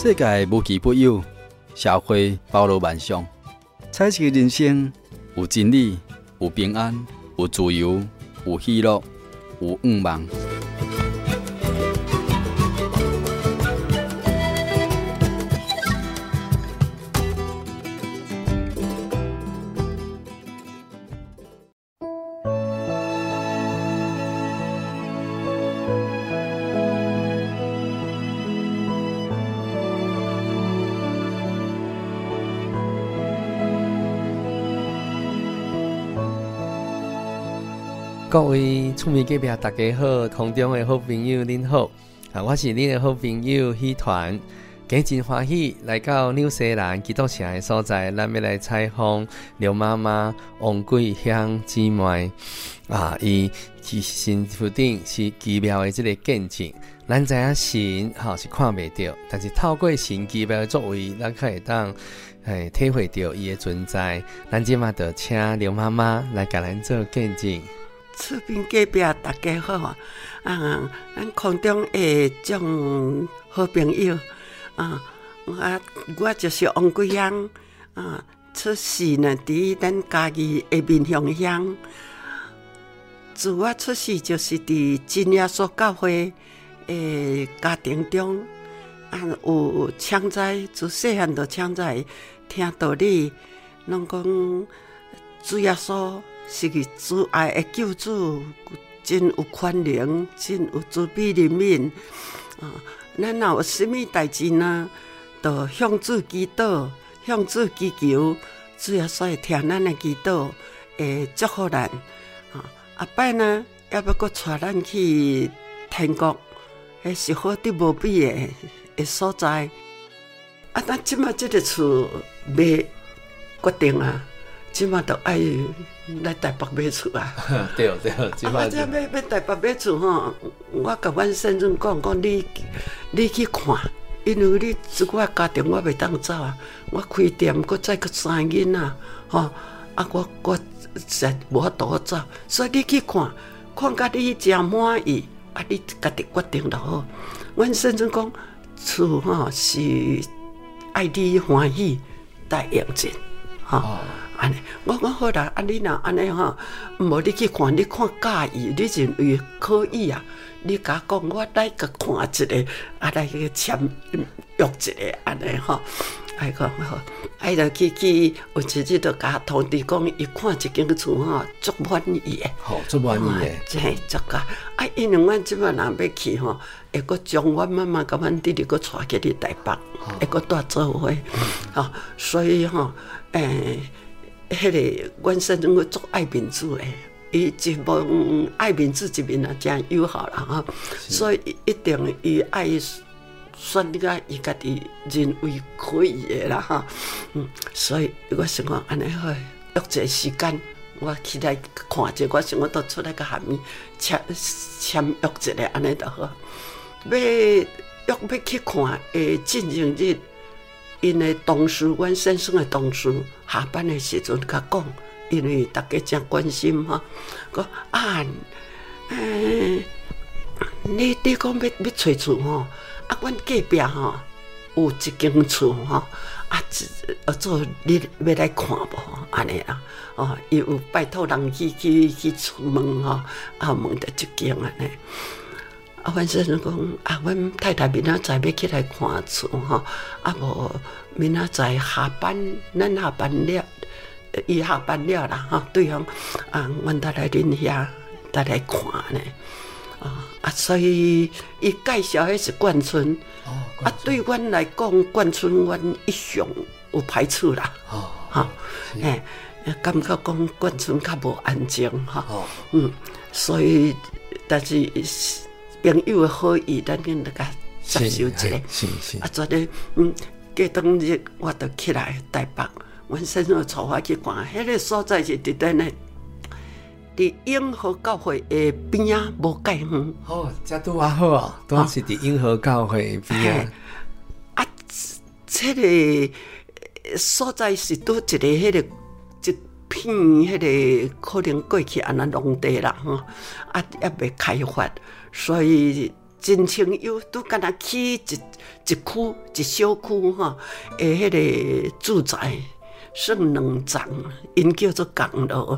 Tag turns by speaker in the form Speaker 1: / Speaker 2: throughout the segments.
Speaker 1: 世界无奇不有，社会包罗万象，彩色的人生有真理，有平安，有自由，有喜乐，有愿望。
Speaker 2: 各位厝边隔壁大家好，空中的好朋友您好，我是恁的好朋友喜团，今日真欢喜来到纽西兰基督城的所在，咱要来采访刘妈妈王桂香姊妹伊其身躯顶是奇妙的这个见证。咱知影神是看袂到，但是透过神奇妙的作为，咱可会当体会到伊的存在。咱即马就请刘妈妈来甲咱做见证。
Speaker 3: 厝边隔壁大家好咱空中的种好朋友我就是王桂香出世呢伫咱家己的面乡乡。自我出世就是伫真耶稣教会的家庭中有抢在自细汉就抢在听道理，拢讲主耶稣是个主爱的救主，真有宽容，真有慈悲怜悯咱若有什么代志呢，就向主祈祷，向主祈求，主耶稣会听咱的祈祷，会祝福咱后摆呢，还要搁带咱去天国，迄是好得无比的所在。咱即马即个厝未决定即马就爱来台北买厝
Speaker 2: 对，即马
Speaker 3: 这要台北买厝吼，我甲阮先生讲你去看，因为你我家庭我袂当走我开店，搁再搁3个囡仔我实无法度走，所以你去看甲你真满意你家己决定就好。阮先生讲厝是爱你欢喜才用尽安尼，我讲好啦，你若安尼无你去看，你看介意，你认为可以你甲我讲，我来甲看一个，来个签约一个安尼讲好，就去有一日就甲通知讲，伊看一间厝足满意的，
Speaker 2: 足满意的，
Speaker 3: 真足甲因为阮即摆若要去会阁将阮妈妈甲阮弟弟阁带去伫台北，会阁带做伙所以迄个阮先生我做爱民主的，伊一门爱民主一面真友好啦所以一定伊爱选个伊家己认为可以的啦所以我想讲安尼好，约一个时间我起来看者，我想我都出来甲含伊签约一个安尼就好。要去看进行日。因的同事，阮先生的同事，下班的时阵甲讲，因为大家真关心讲你讲要找厝阮隔壁有一间厝做你要来看无安尼啦伊有拜托人去出门问到一间安尼。阮先生讲阮太太明仔载要起来看厝无明仔载下班，咱下班了，伊下班了啦对方阮才来恁遐，才来看呢所以伊介绍迄是冠村对阮来讲，冠村阮一向有排斥啦感觉讲冠村较无安静所以但是朋友的好意，咱应该接受一下。昨日过当日我就起来台北，阮先生带我去看，迄个所在是伫咱的，伫永和教会的边无介远。
Speaker 2: 这拄好都是伫永和教会边
Speaker 3: 这个所在是拄一个迄个一片迄个可能过去安那农地啦也未开发。所以真清幽，拄敢若起一区一小区吼，迄个住宅算2层，因叫做港楼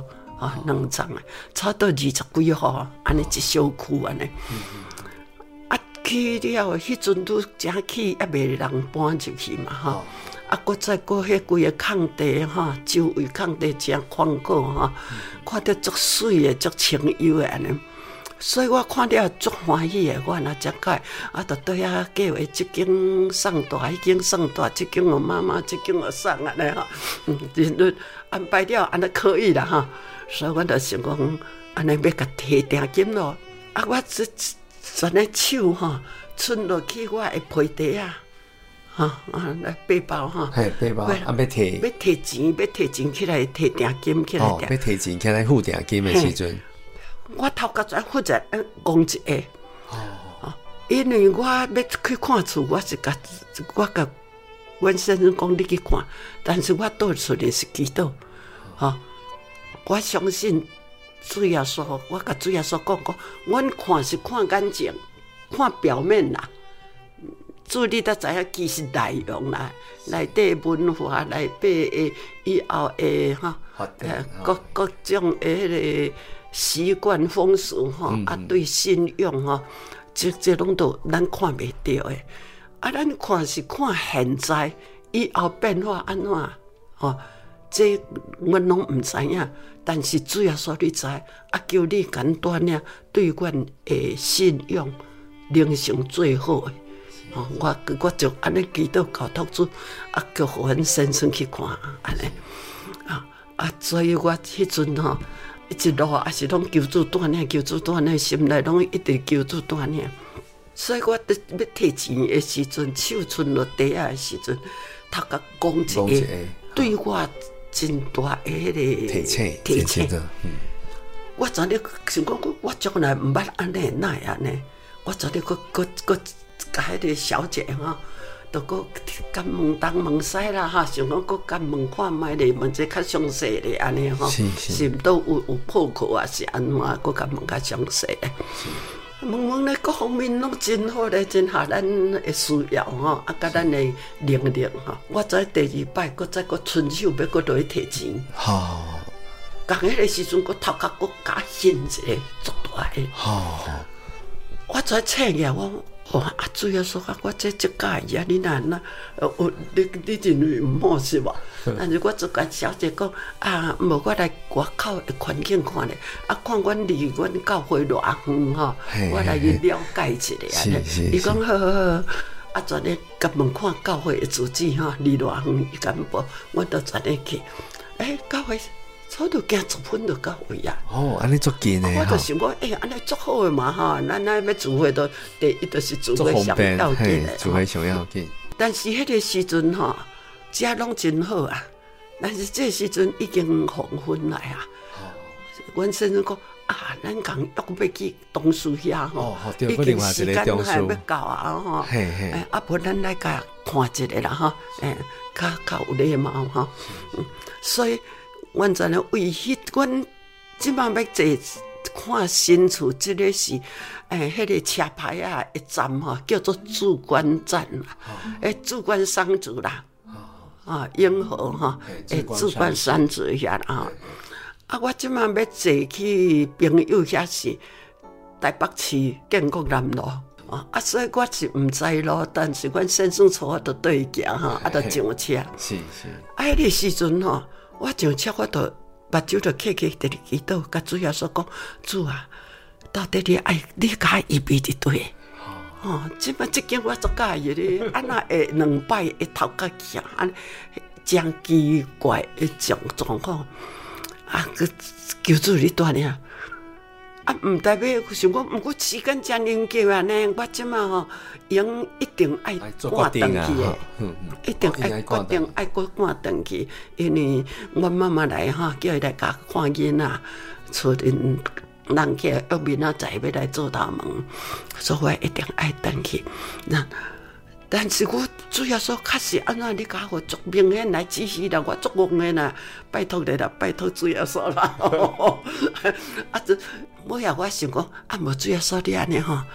Speaker 3: 2层啊，差不多20几户，安尼一小区安尼。啊，去了，迄阵拄正起，还袂人搬入去嘛吼。啊，搁再迄规个空地吼，周围空地真宽阔吼，看到足水的、足清幽的安尼。所以我看了足欢喜的，我若遮解啊，就对遐计划，即间送大，迄间送大，即间我妈妈，即间我送安尼吼，就安排了安尼可以啦吼。所以我就想讲，安尼要甲提定金咯。啊，我全个手吼，伸落去我的皮袋啊，来背包吼，
Speaker 2: 背包啊，要
Speaker 3: 提钱起来，提定金起来。
Speaker 2: 要提钱起来付定金的时阵。
Speaker 3: 我头壳仔负责讲一下，因为我要去看厝，我甲阮先生讲你去看，但是我倒出的是祈祷，我相信主耶稣，我甲主耶稣讲，阮看是看眼睛，看表面啦，主你才知影其实内容啦，内底文化，内底的以后的各种的迄个。习惯风俗吼，对信仰吼，这拢都咱看袂到的。啊，咱看是看现在以后变化安怎吼，这阮拢唔知影。但是主要说你知，啊，求你简单呀，对阮的信仰灵性最好的。我就安尼祈祷交托主，啊，叫互阮先生去看安尼。所以我迄阵吼。一路也是拢求主带领，心内拢一直求主带领。所以我要提钱的时阵，手伸落地下的时阵，头壳讲一个，对我真大的迄个提醒。我昨日想讲，我将来唔捌安尼，哪会安尼？我昨日佮甲迄个小姐吼。就搁甲问东问西啦哈，想讲搁甲问看卖咧，问者较详细咧安尼吼，是毋都有破口啊？是安怎？搁甲问较详细咧。问咧各方面拢真好咧，真合咱的需要吼，啊，甲咱的能力吼。我在第2摆，搁再搁伸手要搁落去摕钱。好。共迄个时阵，搁头壳搁加兴一个足大个。好。我在测验我。主要说我这介意啊，你哪你认为唔好是吧？但是我就甲小姐讲啊，无我来外口的环境看咧，啊，看阮离阮教会偌远吼，我来去了解一下安尼。伊讲好，啊，全日甲问看教会的主旨吼，离偌远，伊敢无？我就全日去，教会。差不多行10分就到位啊！
Speaker 2: 安尼足近的
Speaker 3: 我就想讲，安尼足好的嘛哈！咱要聚会都第一就是聚会上要紧的，
Speaker 2: 聚会上要紧。
Speaker 3: 但是迄个时阵吼，遮拢真好啊！但是这时阵已经黄昏来啊！阮先生讲啊，咱共约要去董事遐吼，已经时间还要到啊吼！啊，无咱来甲看一个啦吼，较有礼貌吼。所以。阮在咧为迄，阮即摆要坐看新厝，即个是迄个车牌啊一站吼，叫做主管站啦，主管商主啦，永和吼，主管商主遐啦。啊，我即摆要坐去朋友遐是台北市建国南路。所以我是毋知咯，但是阮先生带我就对伊行吼，就上车。是。迄个时阵吼。我上车，我就目睭就起伫咧祈祷，甲主耶稣讲：主啊，到底你甲预备伫对？即摆即间我足介意咧，安那会2摆会头壳行，真奇怪的状况。啊，求主你带领。啊，毋代表想讲，毋过时间真难叫啊呢。我即马吼，用一定爱赶登去的，一定爱决定爱赶登去，因为阮妈妈来吼，叫伊来甲看囡仔，厝人去约明仔载要来做头毛，所以我一定爱登去。但是我主要说，确实安怎你甲我足明显来指示啦，我足戆的啦，拜托你啦，拜托主要说啦。啊，尾啊，我想讲，啊，无主要说你安尼吼，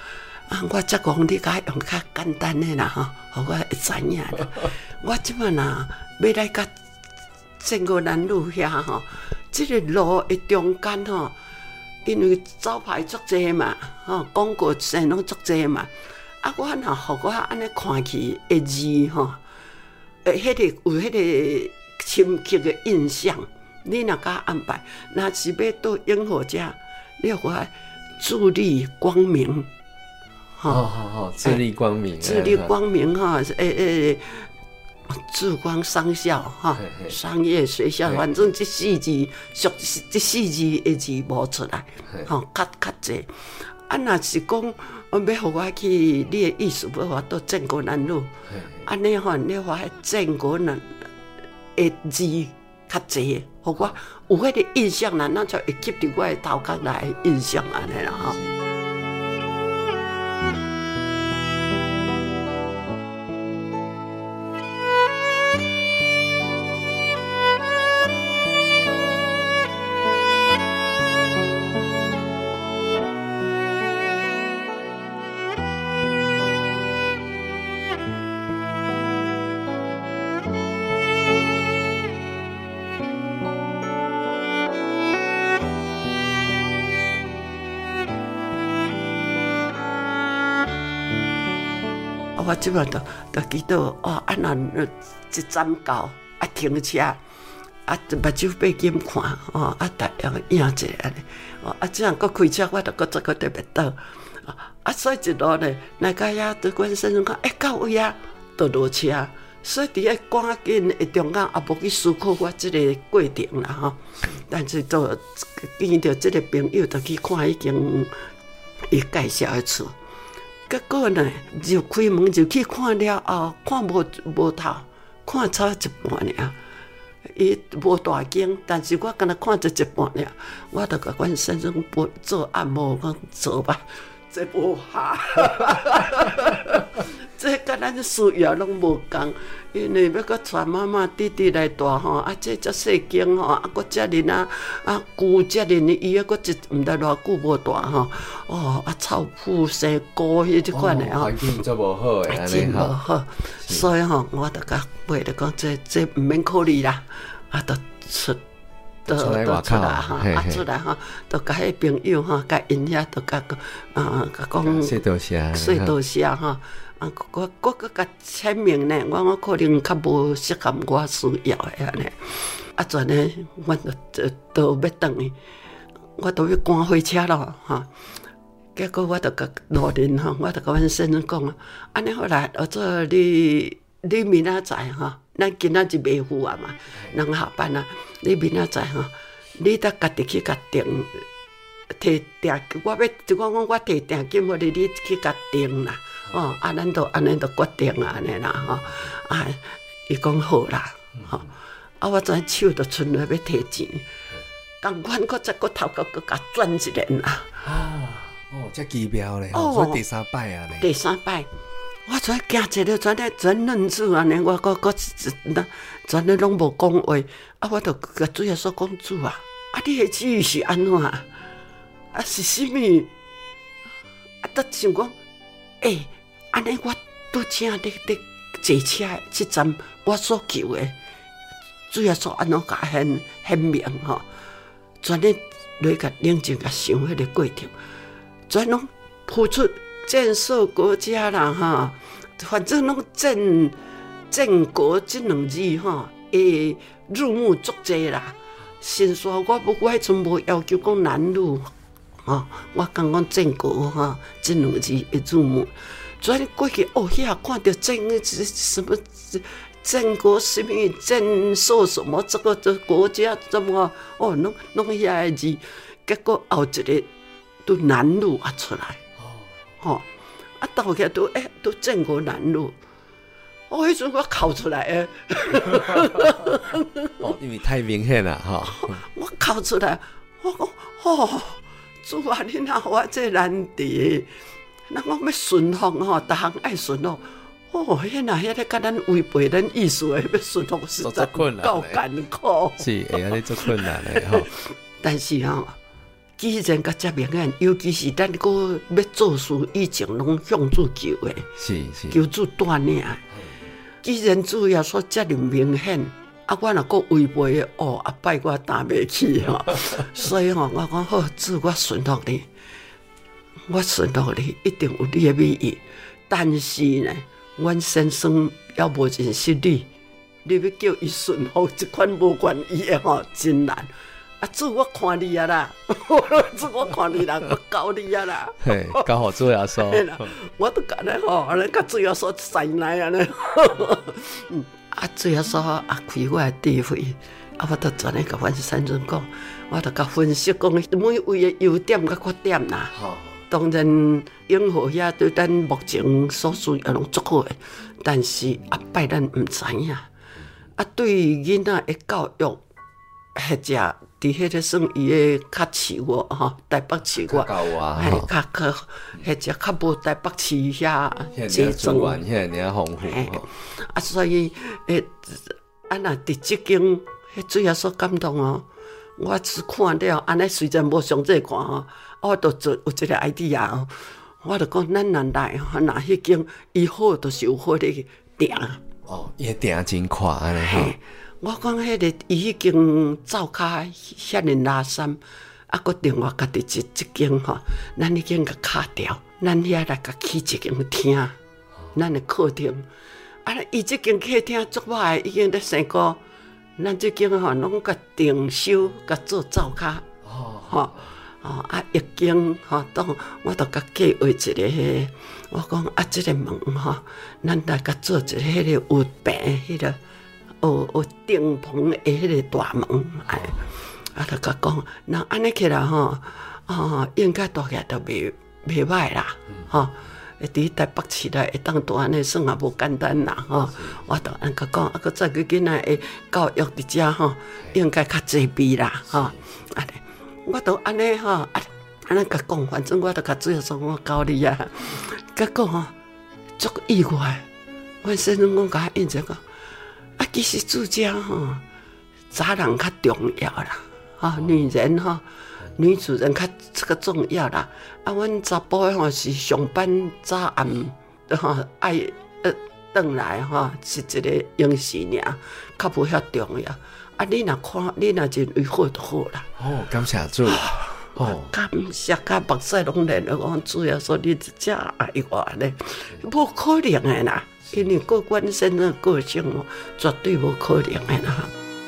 Speaker 3: 我则讲你甲用较简单的啦吼，互我会知影啦。我即摆若要来甲正国南路遐吼，即个路的中间吼，因为招牌足济嘛，吼广告线拢足济嘛。啊，我若互我安尼看去的字吼，迄个有迄个深刻的印象。你若甲安排，若是要到永和遮，你互我助力光明。
Speaker 2: 好，自立光明，
Speaker 3: 自立光明哈，智光商校哈，商业学校，反正这4字属这4字的字无出来，吼，较济。啊，若是讲要互我去，你的意思要我到正国南路，安尼吼，你互我正国南的字较济，互我有迄个印象啦，那才会吸伫我的头壳内印象安尼啦吼。我即摆就记到哦，啊那一站到啊停车，啊目睭闭紧看哦，啊大样影一下安尼，哦啊这样搁开车，我就搁再搁特别倒，啊所以一路呢，来到遐德官先生讲，到位啊，就落车，所以伫个赶紧的中间也无去思考我即个过程啦吼，但是就见到即个朋友，就去看已经伊介绍的厝。结果呢，就开门就去看了后，看无头，看差一半尔。伊无大间，但是我敢若看着一半尔，我就甲阮先生做按摩，讲做吧，这无下，这甲咱需要拢无共，因为要搁带妈妈弟弟来带吼，啊，这遮细间吼，啊，搁遮尔啊，旧遮尔伊啊，搁一毋知偌久无带吼，哦，啊，臭腐生菇迄即款的吼，
Speaker 2: 环境做无好诶，
Speaker 3: 环境无好，所以吼，我就甲买着讲这毋免考虑啦，啊，就出来哈，啊出来哈，就甲迄朋友哈，甲因遐就甲讲，
Speaker 2: 谢多谢，
Speaker 3: 谢多谢哈。啊，我甲签名呢，我可能较无适合我需要的安尼。啊，转呢，我都要转去，我都要赶火车咯，哈。结果我就甲路人哈，我就甲阮先生讲啊，安尼好啦，或者你明仔载哈，咱今仔日袂赴啊嘛，人下班啊，你明仔载哈，你得家己去甲订。摕定，我讲我摕定金，互你去甲订啦。哦，啊，咱都安尼都决定啊，安尼啦，吼，啊，伊讲好啦，吼，啊，我跩手就伸来要摕钱，共款搁再搁头壳搁甲转一轮啦。
Speaker 2: 这奇妙咧，所以第3摆啊咧。
Speaker 3: 第3摆，我跩惊一个，跩愣住安尼，我搁跩咧拢无讲话，啊，我就甲主耶稣讲主啊，啊，你的旨意是安怎？啊，是啥物？啊，得想讲，安尼我拄正咧坐车即站，我所求的，主要说安怎甲显明吼，全咧来甲冷静甲想迄个过程，全拢付出建设国家啦哈，反正拢建国即2字吼，会入目足济啦。先说我迄阵无要求讲南路。我讲建国哈，这2字会入目。昨天过去遐看到什么建国什么建设什么这个国家怎么弄遐个字，结果后一个都南路啊出来，啊到起都建国南路，迄阵我哭出来诶，
Speaker 2: 因为太明显了哈，
Speaker 3: 我哭出来，我讲主啊，你若我这难题，咱讲要顺风吼，逐项爱顺风。迄个甲咱违背咱意思的，要顺风实在够艰苦。
Speaker 2: 是，会安尼做困难的吼。
Speaker 3: 但是吼， 既然甲遮明显，尤其是咱个要做事以前，拢向主求的，
Speaker 2: 是
Speaker 3: 求主带领。既然主耶稣遮尔明显，啊，我若个违背的，拜我担袂起吼。所以吼，我讲好，主，我顺服你，我顺服你，一定有你的美意。但是呢，阮先生要无认识你，你要叫伊顺服，即款无愿意的吼，真难。啊，主，我看你啊啦，主，我看你啦，我教你啊啦。
Speaker 2: 嘿，教好主耶稣。
Speaker 3: 我都干咧吼，安尼甲主耶稣塞来安尼。主耶稣开我的智慧，我都全咧甲阮先生讲，我都甲分析讲每位的优点甲缺点啦。当然，永和遐对咱目前所需也拢足好诶，但是拜咱毋知影。对囡仔的教育，或者伫迄个算伊的较市外吼，台北市外，较或者较无台北市遐集中，
Speaker 2: 遐尔丰富。
Speaker 3: 所以若伫即间，迄主要所感动哦。我只看了，安尼虽然无详细看吼，我都做有一个 idea 哦。我就讲，咱若来吼，若迄间伊好，就是有好咧定。
Speaker 2: 伊定真快安尼吼。
Speaker 3: 我讲迄个伊迄间灶骹遐尼拉山，搁另外家己一间吼，咱已经甲卡掉，咱遐来甲起一间厅，咱的客厅。伊即间客厅足歹的，已经咧生过，咱即间吼拢甲定修，甲做灶骹，一间吼，当我都甲计划一个，我讲即个门吼，咱来甲做一个迄个有病迄个。有顶棚的迄个大门，就甲讲，那安尼起来吼，应该大概都袂歹啦，吼。伫台北市内会当住安尼算也无简单啦，吼。我就安甲讲，搁再个囡仔的教育伫遮吼，应该较济味啦，吼。安尼，我都安尼吼，安尼甲讲，反正我都甲主要说，我教你啊。结果吼，足意外，阮先生讲甲印象讲。其实住家吼，查人较重要啦，女人女主人较重要啦。阮查甫的吼是上班早暗爱转来是一个应时尔，较无遐重要。你若看，你若认为好就好啦。
Speaker 2: 感谢主。
Speaker 3: 感谢，甲目屎拢流了。我主要说你遮爱我咧，无可能的啦。因为个阮先生个性绝对无可能的啦。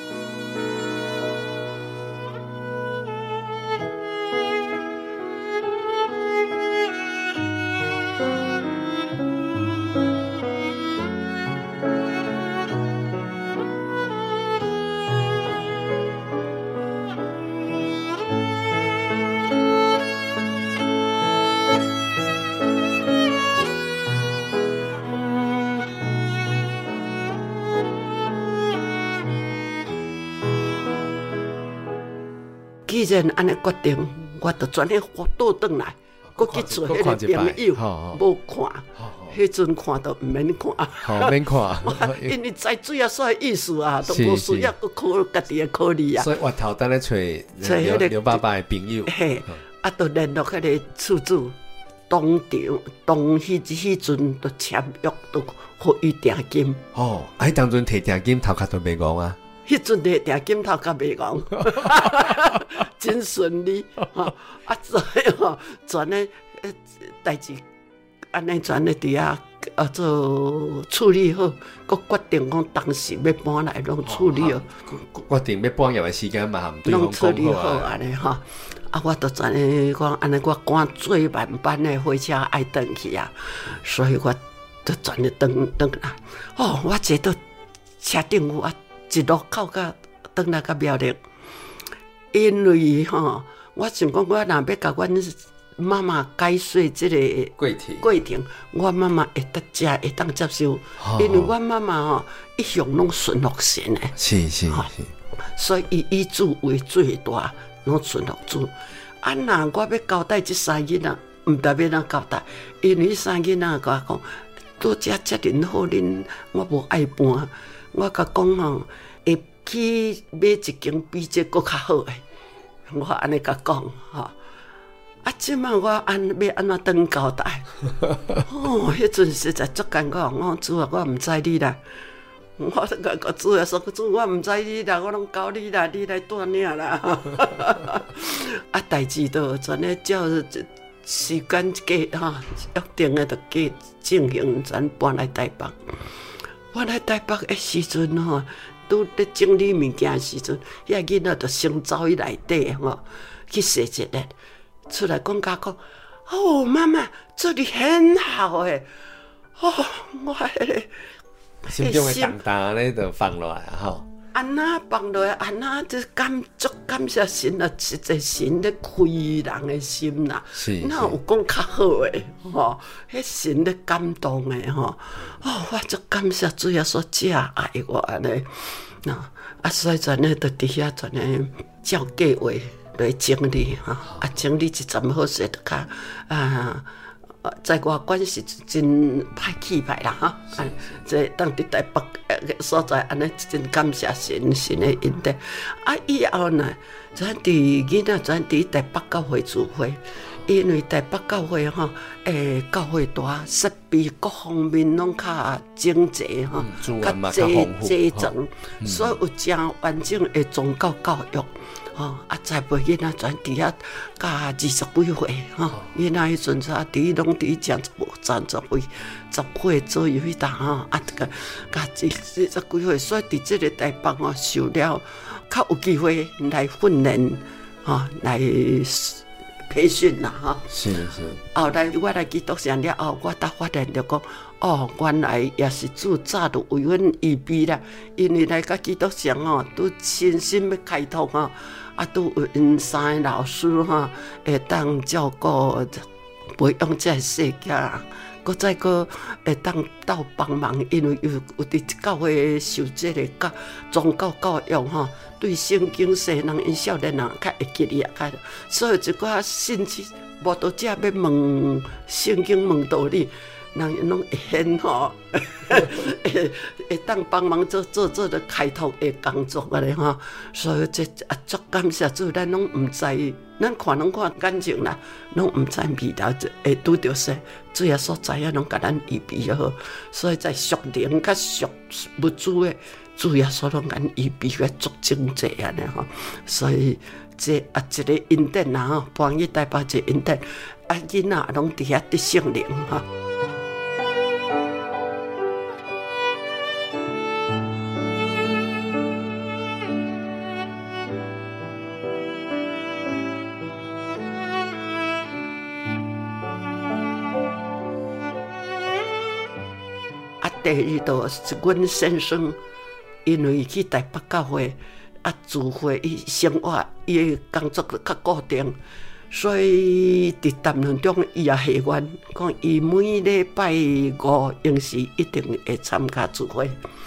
Speaker 3: 既然安尼决定，我就全咧倒转来，搁去做迄个朋友，无看，迄阵看都毋免看，
Speaker 2: 免看，
Speaker 3: 因为知主要所意思啊，都无需要搁考家己的考虑啊。
Speaker 2: 所以我头等咧找迄个刘爸爸的朋友，
Speaker 3: 就联络迄个厝主，当迄阵都签约，都互伊定金。
Speaker 2: 当阵摕定金，头壳都袂戆啊。
Speaker 3: 迄阵摕定金头壳袂戆，真顺利所以全咧代志，安尼全咧伫遐做处理好，佮决定讲当时要搬来，拢处理好。
Speaker 2: 决定要搬入的时间嘛，对方
Speaker 3: 拢处理好安尼我就全咧讲安尼，我赶最慢班的火车爱转去啊，所以我就全咧转来。我坐到车顶我。一路靠到转来到苗栗，因为我想讲，我若要甲阮妈妈解说这个过程，我妈妈会当接受，因为阮妈妈一向拢顺服神的，
Speaker 2: 是，
Speaker 3: 所以以主为最大，拢顺服主。若我要交代这三囡仔，毋代表咱交代，因为三囡仔甲我讲，拄遮尔好恁，我无爱搬。我甲讲会去买一间比这搁较好诶，我安尼甲讲即摆我要安怎转交代？哦，迄阵实在足艰苦。我主啊，我毋知你啦。我甲主啊说，主我毋知你啦，我拢交你啦，你来带领啦。代志都全咧照时间约定的，就加进行，全搬来台北。搬来台北的时阵拄咧整理物件的时阵，遐囡仔就先走去内底去洗一日，出来讲甲讲，哦，妈妈，这里很好诶，哦，我
Speaker 2: 心中的重担咧就放落来吼。
Speaker 3: 安那放落来，安那就足感谢神啦，实在神咧开人的心啦。哪有讲较好诶？迄神咧感动诶吼。我足感谢主耶稣遮爱我安尼。所以全咧就伫遐全咧照计划来整理整理一阵好势就较在外管是真歹气派啦这当伫台北所在安尼真感谢神的恩典。以后呢，咱伫囡仔全伫台北教会聚会，因为台北教会教会大，设备各方面拢较整齐较齐整，所以有真完整的宗教教育。栽培囡仔全伫遐加20几岁囡仔迄阵伫拢伫10岁左右迄搭加20几岁，所以伫即个台北受了较有机会来训练来培训啦
Speaker 2: 是。
Speaker 3: 后来我来基督城了后，我才发现着讲，原来也是主早就为阮预备啦，因为来到基督城都身心要开拓都有因3个老师会当照顾培养这细囝，搁再会当斗帮忙，因为有伫教会受这个宗教教育对圣经西人因少年人较会记哩所以一寡甚至无道者要问圣经问道理，人拢会现会当帮忙做的开拓的工作咧所以这足感谢主，咱拢毋知，咱看眼睛啦，拢毋知未来会拄着说，主耶稣知影拢甲咱预备好，所以在属灵甲属物质的主耶稣拢甲咱预备个足精济安尼所以这一个恩典啦搬去台北一个恩典，囡仔拢伫遐得圣灵第二就是阮先生，因为去台北教会聚会，伊生活伊的工作较固定，所以伫谈论中伊也许愿，讲伊每礼拜5应是一定会参加聚会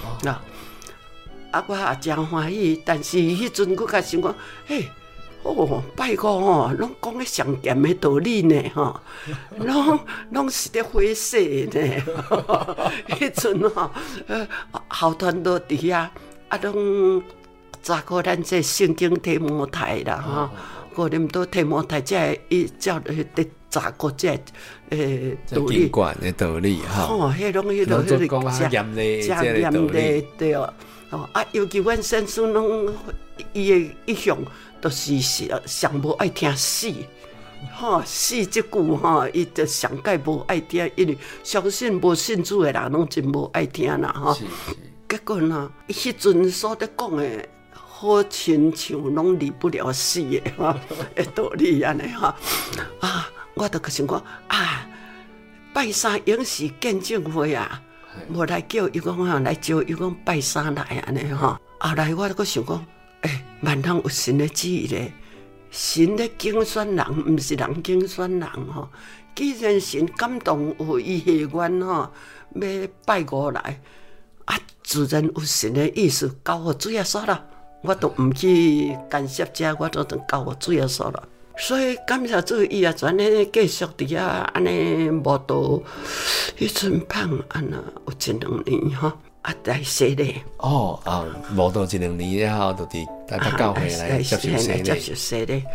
Speaker 3: 我也真欢喜，但是迄阵我甲想讲，拜5拢讲咧上咸的道理呢拢是咧花洗呢迄阵校团都伫遐拢查过咱这圣经提摩太啦哥林多提摩太这伊照咧查过这道理
Speaker 2: 经管的道理
Speaker 3: 迄拢
Speaker 2: 讲严厉这个道理
Speaker 3: 对尤其阮先生拢伊的一向都是上无爱听死死这句伊就上界无爱听，因为相信无信主的人拢真无爱听啦结果呢，迄阵所咧讲的好亲像拢离不了死的道理安尼我就想讲拜3应是见证会无来叫伊讲来招伊讲拜3来安尼后来我就想讲万人有神的旨意咧，神咧竞选人，毋是人竞选人既然神感动有伊下愿要拜5来自然有神的意思，交互主耶稣啦。我都毋去干涉这，我都交互主耶稣啦。所以感谢主，伊也全咧继续伫遐安尼无道，迄阵胖有1-2年来洗礼
Speaker 2: 无到1-2年了后，就伫台北教会来接受洗礼。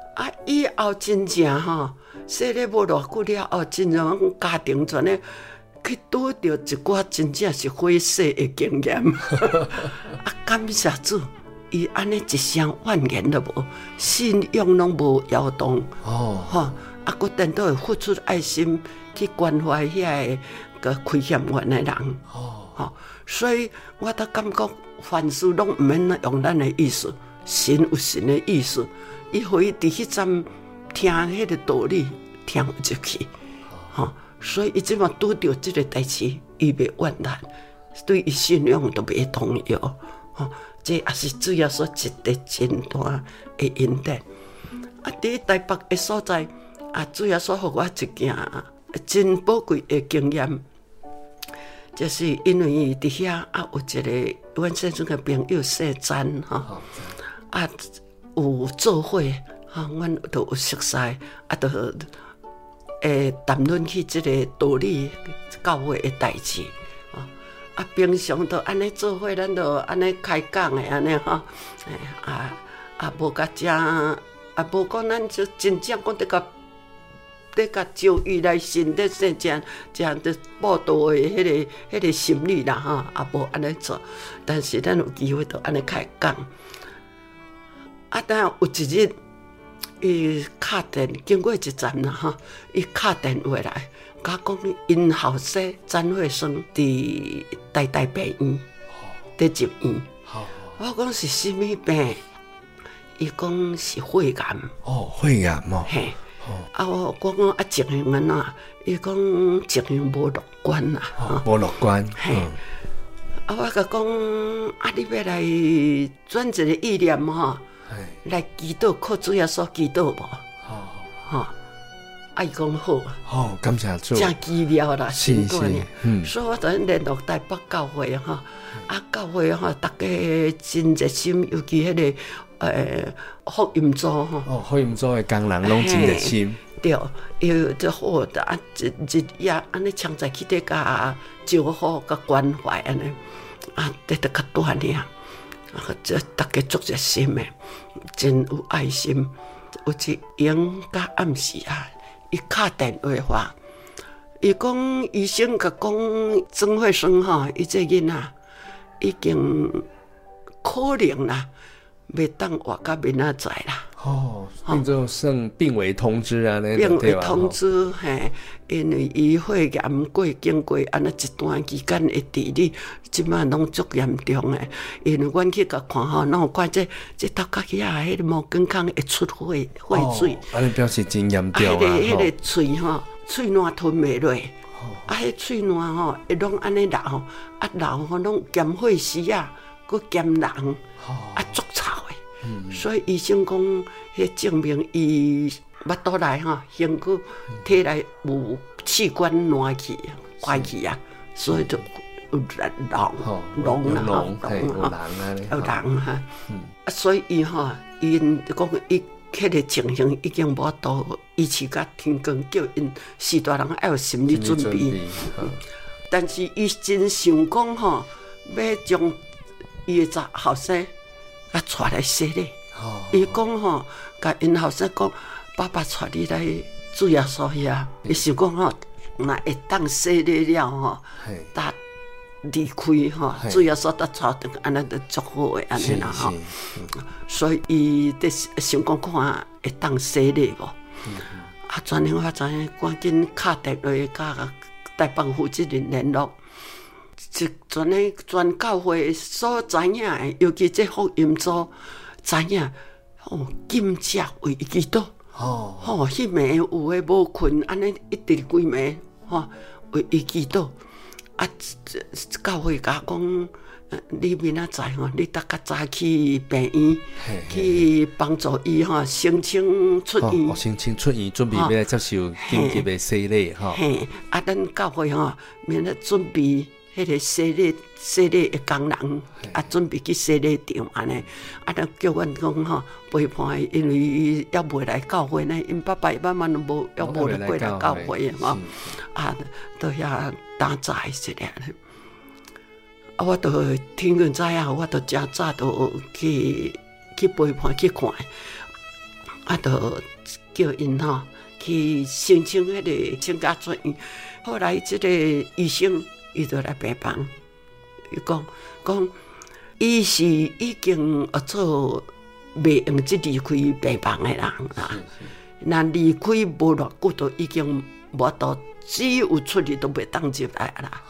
Speaker 3: 啊，以后真正吼，说咧无偌久了后，真正家庭全咧去拄着一寡真正是火势的经验。啊，感谢主，伊安尼一声怨言都无，信仰拢无摇动。哦，吼，啊，佮等到会付出爱心去关怀遐个亏欠阮的人。哦，吼，所以我都感觉凡事拢毋免用咱的意思，神有神的意思。伊互伊伫迄站听迄个道理，听入去，吼，所以伊即马拄着即个代志，伊袂怨叹，对伊信仰都袂动摇，吼，这也是主要所一个真大的恩典。啊，伫台北的所在，啊，主要所互我一件真宝贵的经验，就是因为伫遐啊有一个阮先生的朋友姓詹，吼，啊。有做伙，哈，阮都有熟悉，啊，都谈论起即个道理、教会的代志，啊，平常都安尼做伙，咱都安尼开讲的安尼吼，无甲正，无讲咱就真正讲得甲招伊来信，得说正得报道的迄个心理啦，哈，也无安尼做，但是咱有机会都安尼开讲。啊！但有一日，伊敲电经过一站啦，吼，伊敲电话来，甲讲因后生詹惠生伫台病院，伫入院。我讲是啥物病？伊讲是肺癌。
Speaker 2: 哦，肺癌哦。
Speaker 3: 嘿。啊，我讲啊，情形安怎？伊讲情形无乐观啦。
Speaker 2: 无乐观。
Speaker 3: 嘿。啊，我甲讲啊，你要来转一个意念吼。来祈祷，靠主耶稣祈祷无？吼，啊，伊讲好。
Speaker 2: 好，感谢主。
Speaker 3: 真奇妙啦，
Speaker 2: 是是，
Speaker 3: 所以我就联络台北教会吼，啊，教会吼，大家真热心，尤其迄个福音组吼。哦，
Speaker 2: 福音组的工人拢真热心。
Speaker 3: 对，又就好的啊，日夜安尼常在去底甲招呼、甲关怀安尼，啊，得较锻炼。啊，这大家足热心的，真有爱心。有一�閒甲暗时啊，伊敲电话，伊讲医生甲讲曾惠生吼，伊这囡仔已经可能啦，袂当活到明仔载啦。哦，
Speaker 2: 变做算病危通知啊，
Speaker 3: 病危通知嘿，因为伊肺癌经过安尼一段期间的治理，即摆拢足严重诶。因为阮去甲看吼，拢有看这头壳起啊，迄个毛健康会出血水，
Speaker 2: 安尼表示真严重啊。
Speaker 3: 迄个喙吼，喙烂吞袂落，啊，迄喙烂吼会拢安尼流，啊流吼拢兼血丝啊，佮兼人，啊足臭诶。所以医生讲，迄证明伊腹肚内吼，身躯体内有器官烂去、坏去啊，所以就有脓啦，有脓哈。啊，所以伊吼，因讲伊迄个情形已经无度医治甲天光，叫因四大人要有心理准备。但是伊真想讲吼，要将伊的后生。啊，带来洗礼。伊讲吼，甲因后生讲，爸爸带你来主耶稣遐。伊想讲吼，若会当洗礼了吼，搭离开吼，主耶稣搭带转，安尼就足好诶，安尼啦吼。所以伊伫想讲看会当洗礼无？啊，转年我知影，赶紧敲电话甲台北负责人联络。全教会所知影的，尤其这福音组知影，禁食为祈祷，迄暝有诶无困，安尼一直规暝，为伊祈祷。啊，教会甲讲，你明仔载吼，你得较早去病院，去帮助伊申請出院，
Speaker 2: 申請出院，準備要來接受緊急的洗禮吼。
Speaker 3: 嘿，啊，咱教會明仔準備。迄个洗礼的工人啊，准备去洗礼场安尼，啊，就叫阮讲吼陪伴，因为伊还未来教会呢，因爸爸慢慢都无，还无来过来教会吼，啊，到遐打杂一下呢。啊，我都听人知影，我都真早都去陪伴去看。 就叫因去申请迄个请假出院。后来即个医生伊就来病房，伊讲伊是已经做袂用即离开病房的人啦。那离开无偌久，都已经无多，只有出去都袂当入来啦。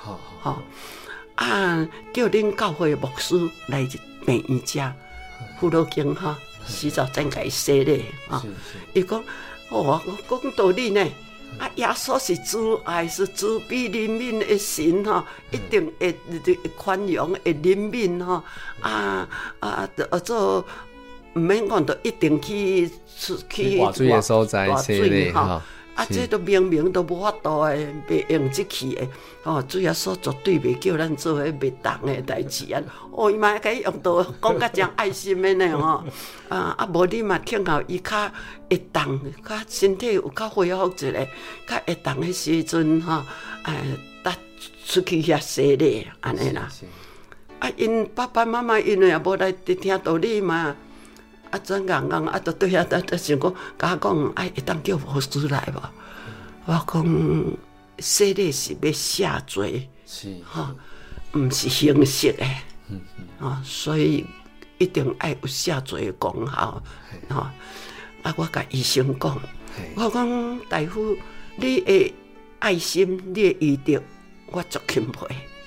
Speaker 3: 叫恁教会牧师来病院遮辅导经洗澡真该洗咧。伊讲我讲道理呢。耶稣是主爱，是慈悲怜悯的神一定会宽容，会怜悯做唔免讲，就一定去
Speaker 2: 活水的所在洗咧
Speaker 3: 这都明明都无法度的，袂用即气的主耶稣绝对袂叫咱做迄袂当的代志啊！伊嘛甲伊用到讲甲真爱心的呢无你嘛听候伊较会当，较身体有较恢复一下，较会当的时阵搭出去遐洗礼安尼啦。因爸爸妈妈因为也无来听道理嘛。转硬就对遐，就想讲，甲我讲，会当叫牧师来无？我讲，洗礼是要赦罪，毋是形式的，所以一定爱有赦罪的功效，我甲医生讲，我讲大夫，你的爱心，你的医德，我足钦佩，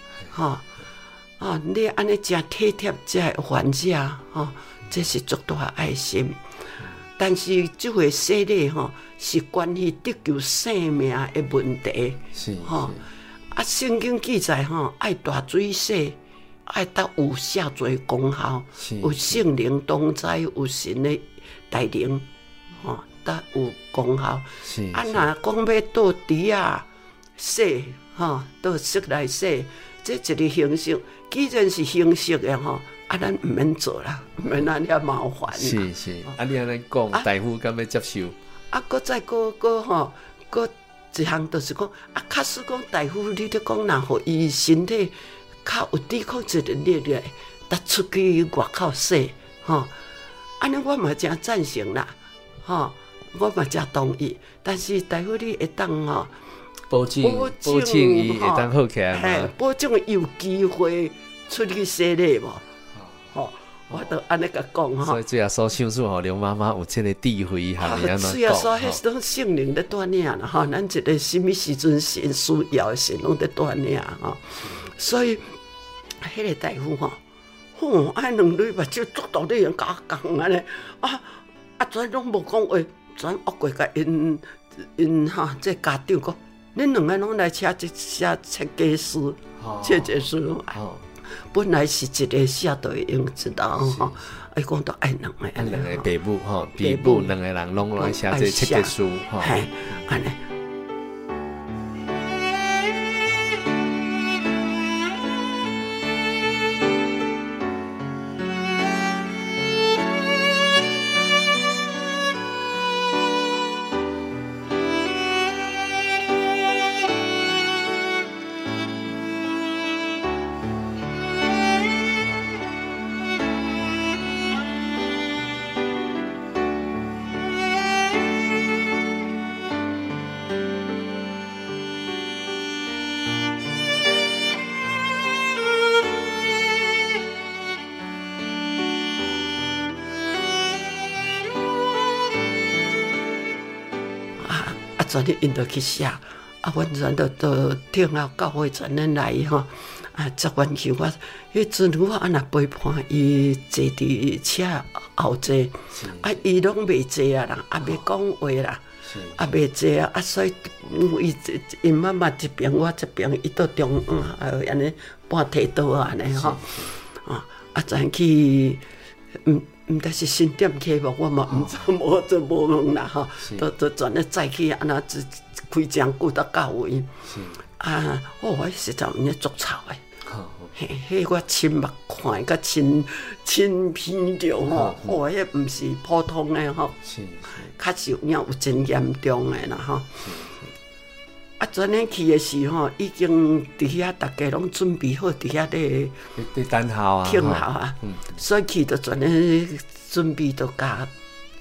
Speaker 3: 你安尼真体贴这患者，这是足大爱心，但是这回洗礼是关系得救生命的问题。圣经记载爱大水洗，爱得有赦罪功效，有圣灵同在，有神的带领，得有功效。若讲要倒池啊洗，倒石来洗，这一个形式，既然是形式的咱唔免做啦，唔免那遐麻烦。
Speaker 2: 是，你安尼讲，大夫敢要接受？
Speaker 3: 搁再搁一项就是讲，假使讲大夫，你咧讲，若互伊身体较有抵抗力的力量，得出去外口洗，安尼我嘛真赞成啦，我嘛真同意。但是大夫你会当
Speaker 2: 保证伊会当好起来嘛？
Speaker 3: 保证有机会出去洗礼无？我都安尼甲讲
Speaker 2: 所以主耶稣想说刘妈妈有这个智慧
Speaker 3: 主耶稣迄种圣灵在锻炼啦咱一个什么时阵神需要的时拢在锻炼所以迄个大夫两蕊目睭足大咧用甲我讲安尼全拢无讲话，全恶过甲因这家长讲，恁两个拢来写设计师，设计师。本来是一个下队用知道伊讲到爱两个，
Speaker 2: 两个爸母两个人拢来写这设计书
Speaker 3: 安尼。全日因就去写，阮全都听候教会全日来十元球迄阵我若陪伴伊坐伫车后座，伊拢袂坐人，袂讲话啦，袂坐所以因妈妈一边我一边，伊到中央安尼半体倒安尼全去毋但是新店起无，我嘛毋知无问啦都全咧载去安那开真久到到位我实在毋咧足臭诶，迄我亲目看甲亲鼻着迄毋是普通诶确实有真严重诶啦全年去的时已经伫遐，大家拢准备好伫遐咧
Speaker 2: 等候
Speaker 3: 听候所以去就全年准备就甲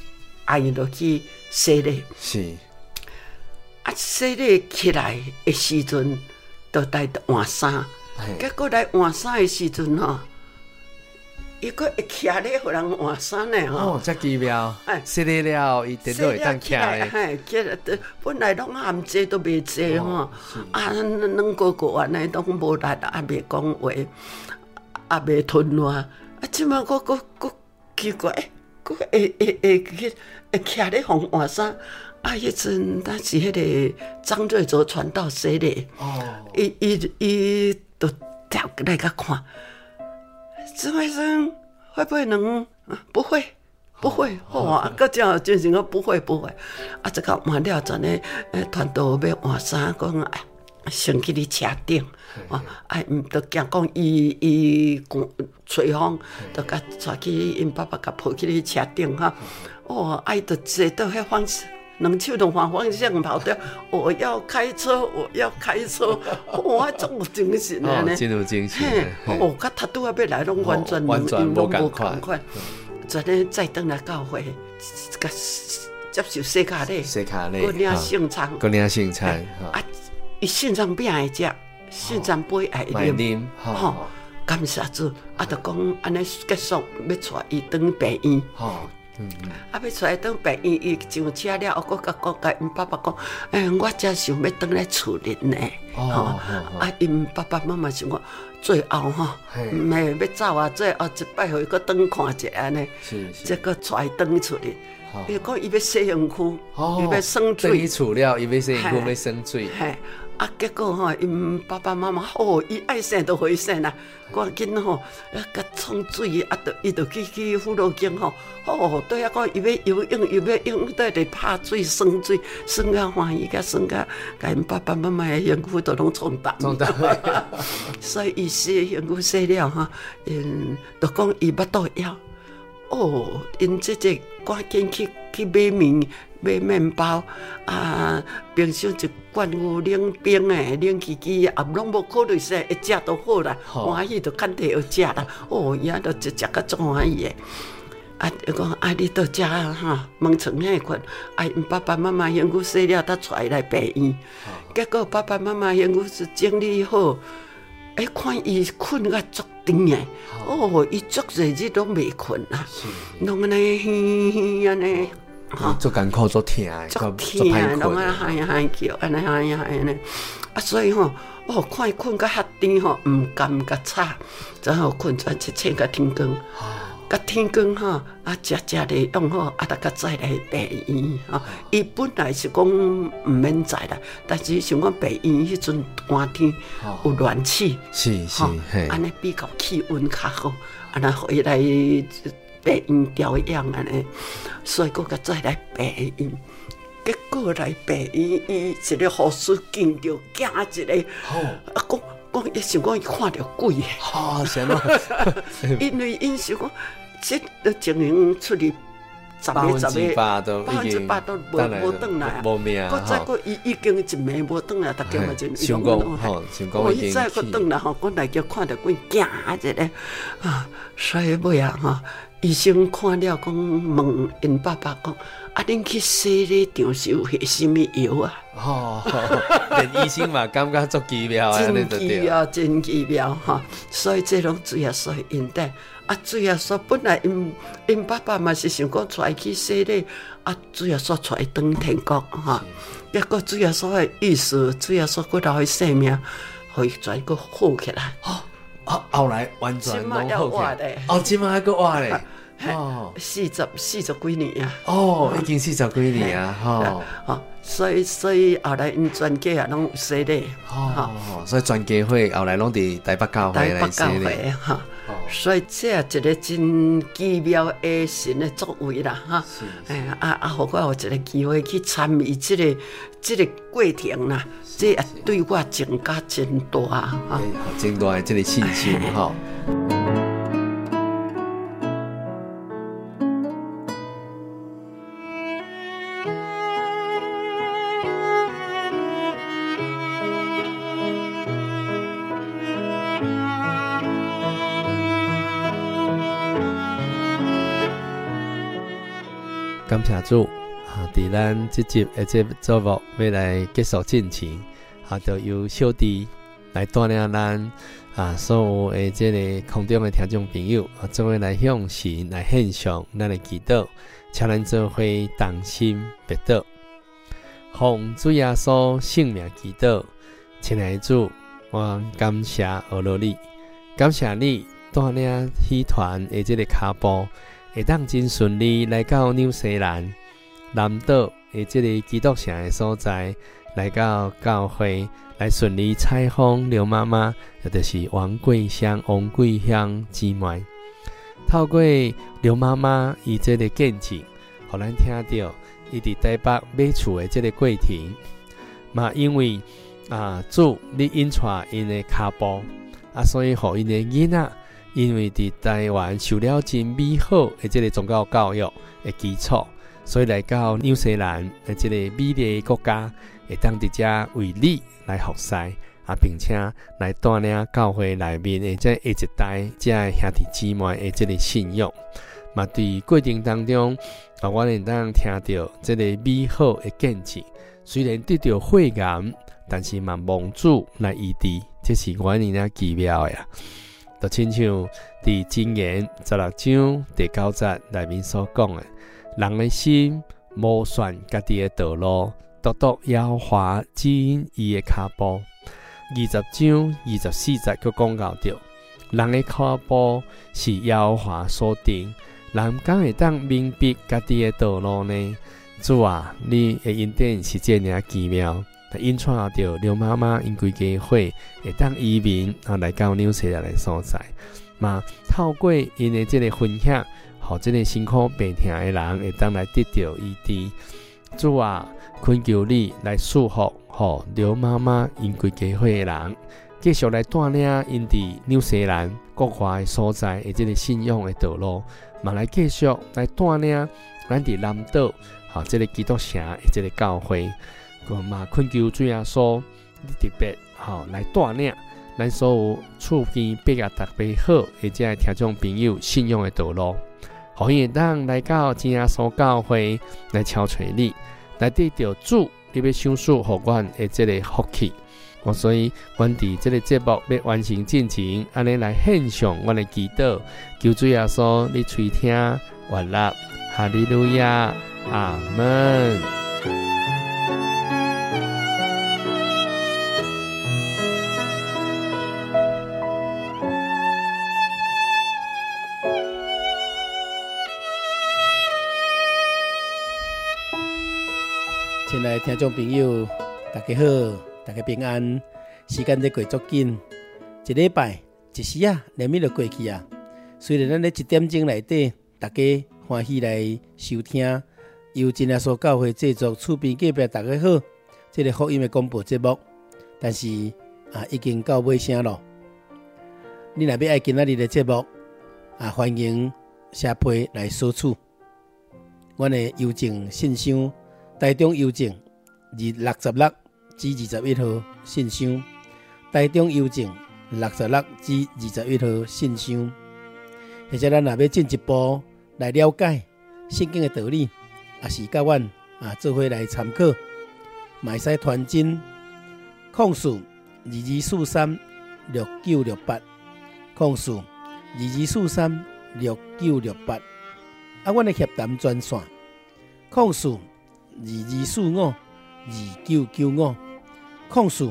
Speaker 3: 阿姨就去洗礼。
Speaker 2: 是
Speaker 3: 洗礼起来的时阵，就来换衫。结果来换衫的时阵吼，伊佫会徛咧，互人换衫呢吼。
Speaker 2: 哦，遮奇妙！洗礼了，伊电脑会当徛咧。
Speaker 3: 嘿，起来本来拢含济都袂济吼，软果果安尼拢无力，也袂讲话，也袂吞话。即摆佫奇怪，佫会徛咧互换衫。迄阵咱是迄个张瑞洲传道洗礼，伊就跳来甲看，这位生会不会能？不会，搁这样真是个不会。这个换了阵呢，团队要换衫，讲先去你车顶，毋着惊讲伊吹风，着甲带去因爸爸甲抱去你车顶哈。伊着坐到迄方式。两手都换方向跑掉，我要开车，我总有精神的呢，
Speaker 2: 真有精神。
Speaker 3: 甲他拄啊要来，拢完全
Speaker 2: 无共款。
Speaker 3: 昨天再登来教会，甲接受洗脚礼，搁领圣餐，伊圣餐饼会食，圣餐杯会啉，感谢主，就讲安尼结束，要带伊转病院。要出来当病院，伊上车了，我甲讲，甲因爸爸讲，我真想要倒来厝里呢。因爸爸妈妈想讲，最后吼，要走啊，最后一摆互伊搁倒看者安尼，再搁带伊倒厝里。伊讲伊要洗身躯，伊要生水。
Speaker 2: 倒厝了，伊要洗身躯，要生水。
Speaker 3: 结果吼，因爸爸妈妈伊爱生就回生啦，赶紧吼，甲冲水，伊就去妇老间吼，对啊，讲伊要游泳，对着拍水、生水，生甲欢喜，甲生甲因爸爸妈妈的幸福都拢冲淡。所以伊洗幸福洗了哈，就讲伊巴肚枵，因这赶紧去买面包冰箱一罐有冷冰的，冷起起也拢无考虑说会食就好啦，欢喜就肯定要食啦。伊就一食甲足欢喜的。伊讲你到遮哈，问床遐困，因爸爸妈妈幸福洗了，才带来病院。结果爸爸妈妈幸福是整理好，看伊困甲足长的，伊足侪日拢袂困啦，拢安尼安尼。
Speaker 2: 足艰苦，足疼，
Speaker 3: 拢安喊叫，安尼，所以吼，看伊困甲遐甜吼，毋甘甲吵，然后困转一切甲天光，甲天光吼，食咧用好，甲再来病院吼。伊本来是讲毋免在啦，但是想讲病院迄阵寒天有暖气，
Speaker 2: 是，
Speaker 3: 安尼比较气温较好，安尼互伊来。病院调养安尼，所以佫甲再来病院，结果来病院，伊一个护士见着惊一个，讲伊想讲伊看着鬼，因为因想讲，这都情形出去
Speaker 2: 100%都
Speaker 3: 100%都无转来啊，
Speaker 2: 无命啊！
Speaker 3: 再佫伊已经一暝无转来，大家嘛就
Speaker 2: 想讲，
Speaker 3: 伊再佫转来吼，我来叫看着鬼惊一个所以尾吼。医生看了，讲问因爸爸讲：恁去洗礼场是有下什么药啊？
Speaker 2: 连医生嘛感觉足奇妙，
Speaker 3: 真奇妙哈！所以这拢主要说因的主要说本来因爸爸嘛是想讲带去洗礼，主要说带转天国哈。结果主要说的意思，主要说佫留伊性命，互伊再佫好起来。
Speaker 2: 后来完全拢好起来。即马还佫活咧。
Speaker 3: 40几年啊！
Speaker 2: 已经40几年啊！
Speaker 3: 所以后来因全家也拢有洗礼。
Speaker 2: 所以全家会后来拢伫台北教会来洗礼。
Speaker 3: 所以这一个真奇妙的神的作为啦哈！互我有一个机会去参与这个过程啦，这也对我增加真大哈！
Speaker 2: 真大的这个信心哈！感感谢主伫咱这集的节目要来结束进前就由小弟来带领咱所有的这个空中的听众朋友做伙来向神来献上咱的祈祷，请咱做伙同心祈祷。奉主耶稣圣名祈祷，亲爱的主，我感谢俄罗你，感谢你带领戏团的这个脚步，会当真顺利来到纽西兰南岛的这个基督城的所在，来到教会，来顺利采访刘妈妈，也就是王桂香姊妹。透过刘妈妈伊这个见证，互咱听到伊伫台北买厝的这个过程，嘛因为主你引带因的脚步所以互因的囡仔，因为伫台湾受了真美好的这个宗教教育的基础，所以来到纽西兰的这个美丽的国家，会当伫遮为你来服侍并且来带领教会内面的这下一代这兄弟姊妹的这个信仰。嘛，伫过程当中，我会当听到这个美好的见证。虽然得到肺癌，但是嘛蒙主来医治，这是我呢奇妙的就亲像伫箴言16章第9節内面所講的，人的心無選家己的道路，獨獨耶和華指引伊的腳步。20章24節佢講到着，人的腳步是耶和華所定，人敢會當明白家己的道路呢？主啊，你的恩典是這樣奇妙，引帶到劉媽媽因規家會會當移民來到紐西蘭的所在，嘛透過因的這個分享，互這個辛苦病痛的人會當來得到醫治。主啊，懇求你來賜福，互劉媽媽因規家會的人，繼續來帶領因佇紐西蘭國外的所在的這個信仰的道路，嘛來繼續來帶領咱佇南島這個基督城的這個教會，嘛懇求主耶穌，你特別來帶領咱所有厝邊比較特別好的這個聽眾朋友信仰的道路，互伊會當來到主耶穌教會來超找你，來得到主你要賞賜互阮的這個福氣。所以阮佇這個節目要完成進前，安尼來獻上阮的祈禱，求主耶穌你垂聽願納，哈利路亞，阿門。
Speaker 4: 亲爱的听众朋友，大家好，大家平安。时间在过足紧，一礼拜一时连绵就过去啊。虽然咱在1点钟内底，大家欢喜来收听由真耶稣教会制作厝边隔壁大家好这个福音的广播节目，但是已经到尾声了。你若要爱今仔日的节目欢迎写批来索取。阮的邮政信箱。台中邮政66至21號信箱，台中邮政66至21號信箱。或者咱若要進一步來了解聖經的道理，也是甲阮做伙來參考，嘛會使傳真控訴22436968，控訴22436968。阮的協談專線控訴22452995，控訴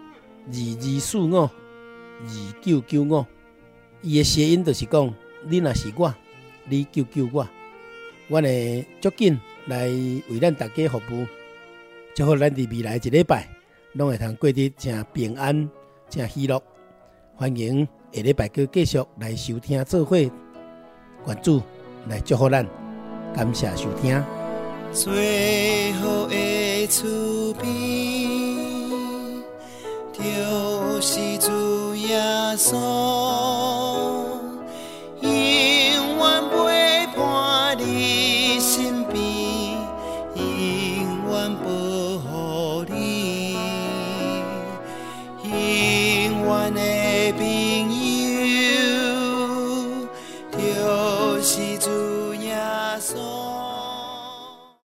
Speaker 4: 22452995。伊的諧音就是講，你若是我，你救救我。阮會足緊來為咱大家服務，祝福咱佇未來一禮拜，攏會通過得真平安、真喜樂。歡迎下禮拜繼續來收聽做伙，願主來祝福咱，感謝收聽。
Speaker 5: 最後